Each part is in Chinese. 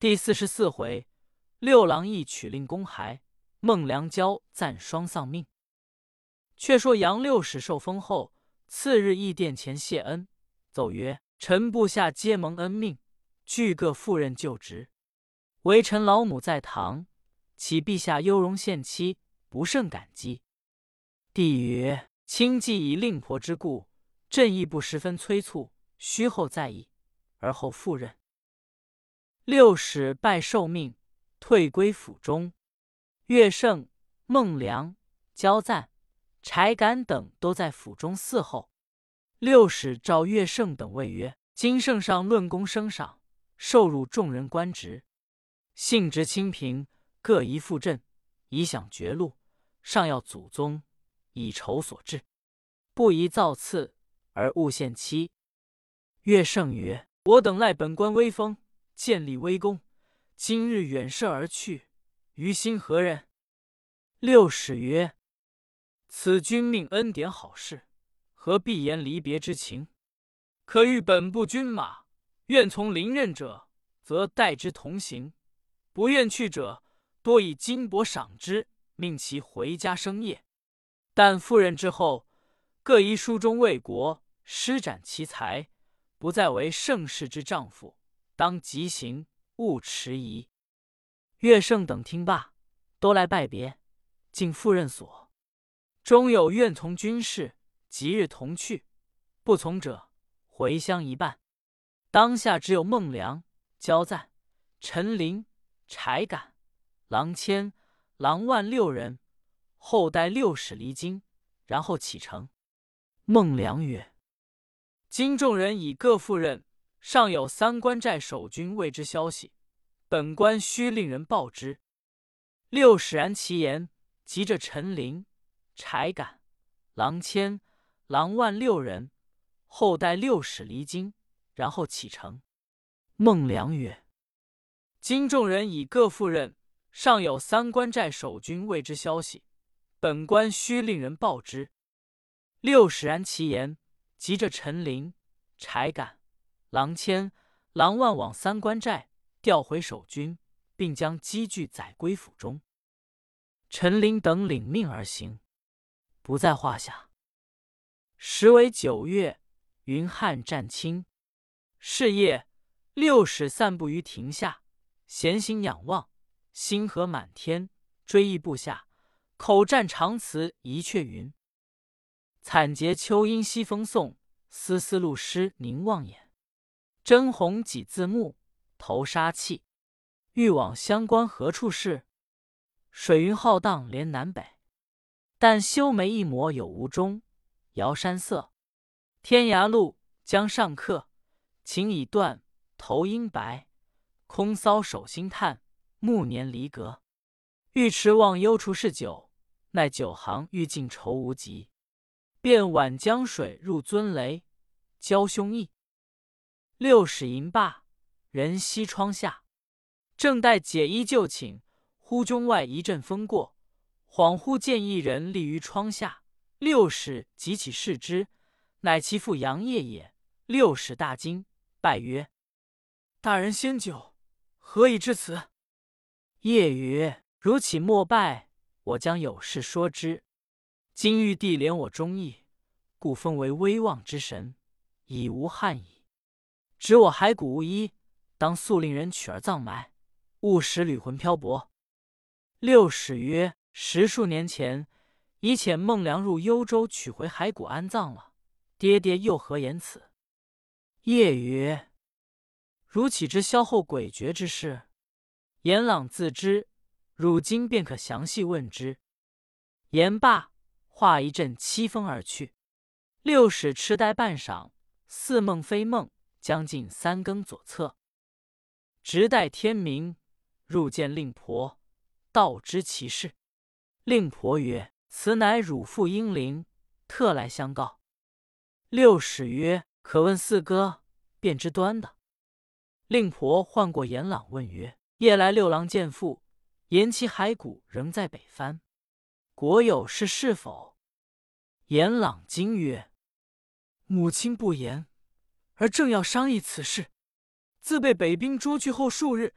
第44回，六郎一曲令公还，孟良交暂双丧命。却说杨六使受封后，次日诣殿前谢恩，奏曰：“臣部下皆蒙恩命，俱各赴任就职。唯臣老母在堂，启陛下优容献妻，不胜感激。”帝曰：“卿既以令婆之故，朕亦不十分催促，须后再议，而后赴任。”六使拜受命，退归府中。乐胜、孟良、焦赞、柴敢等都在府中伺候。六使召乐胜等谓曰：“今圣上论功升赏，授入众人官职，性直清平，各宜赴朕，以享爵禄。上要祖宗，以酬所致，不宜造次，而勿献妻。”乐胜曰：“我等赖本官威风，建立威功，今日远涉而去，于心何人？”六使曰：“此君命恩典好事，何必言离别之情？可遇本部军马，愿从临任者，则带之同行；不愿去者，多以金帛赏之，命其回家生业。但赴任之后，各宜书中为国，施展其才，不再为盛世之丈夫，当即行，勿迟疑。”乐胜等听罢，都来拜别，进赴任所。中有愿从军士，即日同去；不从者，回乡一半。当下只有孟良、焦赞、陈琳、柴敢、郎谦、郎万6人，后待六使离京，然后启程。孟良曰：“今众人已各赴任，尚有3关寨守军未知消息，本官须令人报之。”六使然其言，急着陈琳、柴敢、郎谦、郎万6人，后待六使离京，然后启程。孟良曰：“今众人已各赴任，尚有3关寨守军未知消息，本官须令人报之。”六使然其言，急着陈琳、柴敢、郎谦、郎万往3关寨调回守军，并将积聚载归府中。陈琳等领命而行，不在话下。时为9月，云汉战清。是夜，六使散步于庭下，闲行仰望，星河满天，追忆部下，口占长词一阙云：“惨结秋阴西风送，丝丝露湿凝望眼。真红几字幕，头杀气。欲往乡关何处是？水云浩荡连南北。但修眉一抹有无中，遥山色。天涯路，江上客。情已断，头应白。空搔首心叹，暮年离隔。欲迟忘忧处是酒，奈酒行欲尽愁无极。便挽江水入尊雷，交胸臆。”六使吟罢，人西窗下，正待解衣就寝，忽中外一阵风过，恍惚见一人立于窗下。六使急起视之，乃其父杨业也。六使大惊，拜曰：“大人仙酒，何以至此？”业曰：“如岂莫拜，我将有事说之。今玉帝怜我忠义，故封为威望之神，已无憾矣。指我骸骨无一，当速令人取而葬埋，勿使旅魂漂泊。”六使曰：“10数年前，已遣孟良入幽州取回骸骨安葬了，爹爹又何言此？”业曰：“如岂知萧后诡谲之事？严朗自知，汝今便可详细问之。”言罢，话一阵凄风而去。六使痴呆半晌，似梦非梦，将近3更左侧。直待天明，入见令婆，道知其事。令婆曰：“此乃汝父英灵，特来相告。”六使曰：“可问四哥，便知端的。”令婆唤过严朗，问曰：“夜来六郎见父，言其骸骨仍在北藩，果有是是否？”严朗惊曰：“母亲不言，而正要商议此事。自被北兵捉去后数日，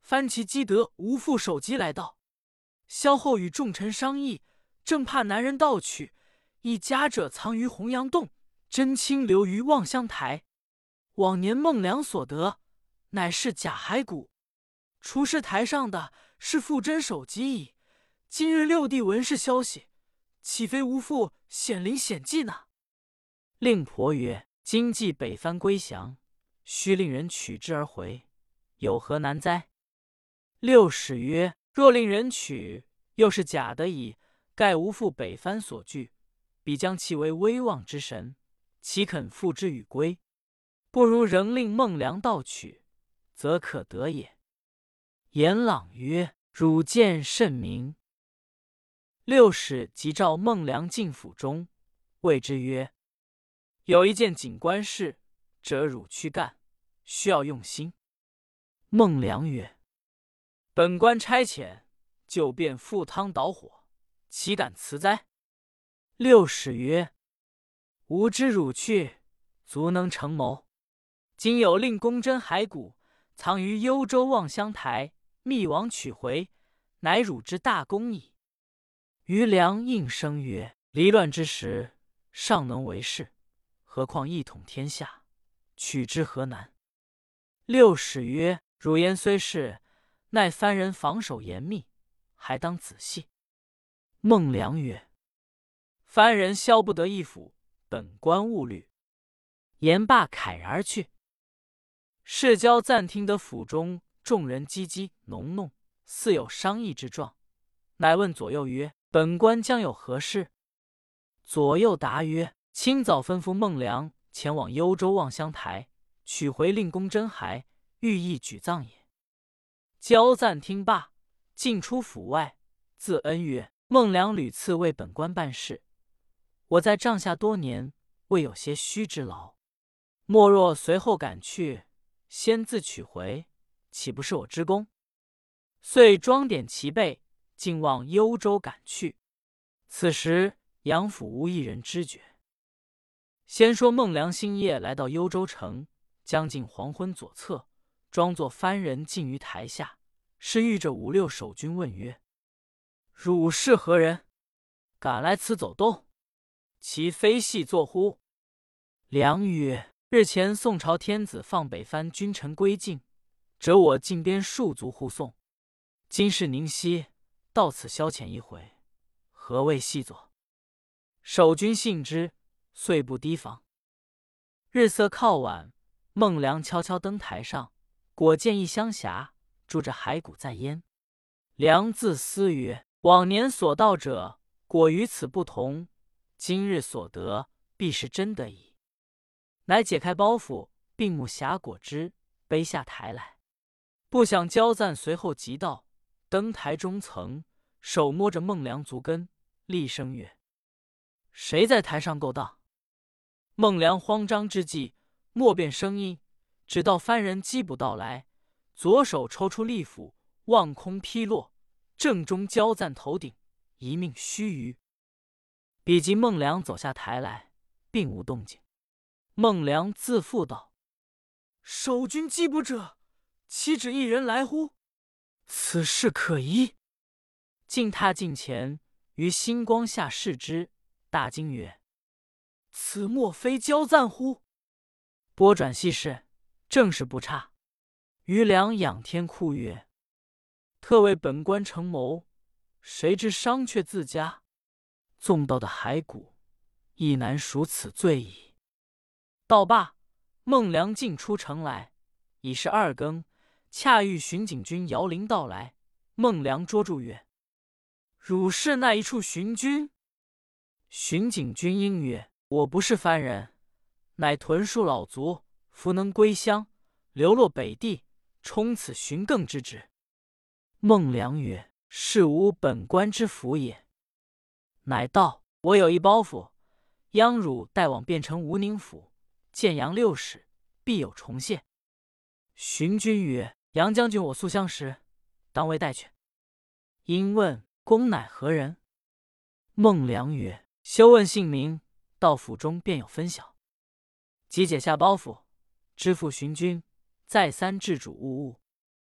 番旗积得无父首级来到，萧后与众臣商议，正怕南人盗取，一家者藏于洪阳洞，真卿留于望乡台。往年孟良所得，乃是假骸骨，除是台上的是复真首级矣。今日六弟闻是消息，岂非无父显灵显迹呢？令婆曰：今既北番归降，须令人取之而回，有何难哉？六使曰：若令人取，又是假的矣。盖无父北番所惧，必将其为威望之神，岂肯付之与归？不如仍令孟良盗取，则可得也。颜朗曰：汝见甚明。六使即召孟良进府中，谓之曰：有一件警官事，折汝去干，需要用心。孟良曰：本官差遣，就便赴汤蹈火，岂敢辞哉？六使曰：吾知汝去，足能成谋。今有令公真骸骨，藏于幽州望乡台，密往取回，乃汝之大功矣。余良应声曰：离乱之时，尚能为事，何况一统天下，取之何难？六使曰：汝言虽是，奈番人防守严密，还当仔细。孟良曰：番人消不得一府，本官勿虑。言罢，慨然而去。世交暂听得府中众人唧唧哝哝，似有商议之状，乃问左右曰：本官将有何事？左右答曰：清早吩咐孟良前往幽州望乡台，取回令公真骸，寓意举葬也。交暂听罢，进出府外，自恩曰：孟良屡次为本官办事，我在帐下多年，未有些虚之劳。莫若随后赶去，先自取回，岂不是我之功？遂装点齐备，竟往幽州赶去。此时杨府无一人知觉。先说孟良星夜来到幽州城，将近黄昏左侧，装作番人进于台下，是遇着五六守军，问曰：汝是何人？敢来此走动？其非系作乎？良曰：日前宋朝天子放北番君臣归境，折我近边戍卒护送。今是宁夕，到此消遣一回，何谓细作？守军信之，遂不提防。日色靠晚，孟良悄悄登台上，果见一乡峡，住着骸骨在焉。良自思曰：往年所到者，果与此不同，今日所得，必是真的矣。乃解开包袱，并木匣果汁，背下台来。不想交赞随后即到，登台中层，手摸着孟良足跟，厉声曰：谁在台上勾当？孟良慌张之际，莫辨声音，只道番人击捕到来，左手抽出利斧，望空劈落，正中交赞头顶，一命须臾。比及孟良走下台来，并无动静。孟良自负道：守军击捕者，岂止一人来乎？此事可疑。竟踏近前，于星光下视之，大惊曰：此莫非交赞乎？拨转细视，正是不差。余良仰天哭曰：特为本官成谋，谁知伤却自家，纵到的骸骨，亦难赎此罪矣。道罢，孟良进出城来，已是2更，恰遇巡警军摇铃到来。孟良捉住曰：汝是那一处巡军？巡警军应曰：我不是番人，乃屯戍老卒，弗能归乡，流落北地，充此巡更之职。孟良曰：是无本官之福也。乃道：我有一包袱，央汝带往汴城吴宁府，见杨六使，必有重谢。巡军曰：杨将军我素相识，当为带去。因问公乃何人？孟良曰：休问姓名，到府中便有分晓。即解下包袱，支付巡军，再三制主勿误。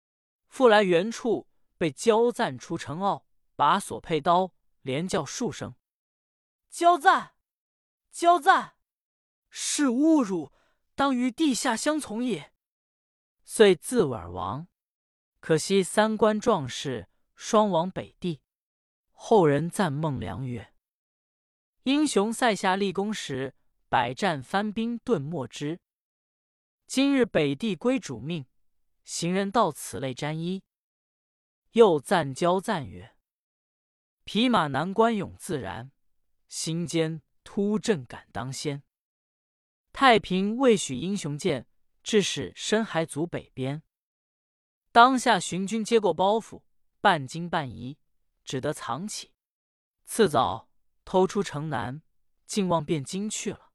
复来原处，被交赞出城坳，把所佩刀，连叫数声：“交赞，交赞！是侮辱，当与地下相从也。”遂自刎而亡。可惜三官壮士双亡北地。后人赞孟良曰：“英雄塞下立功时，百战翻兵顿莫之。今日北地归主命，行人到此类沾衣。”又赞交赞曰：“匹马难关勇自然，心间突阵敢当先。太平未许英雄见，致使深海阻北边。当下寻军接过包袱，半惊半疑，只得藏起。次早偷出城南，竟忘变京去了。”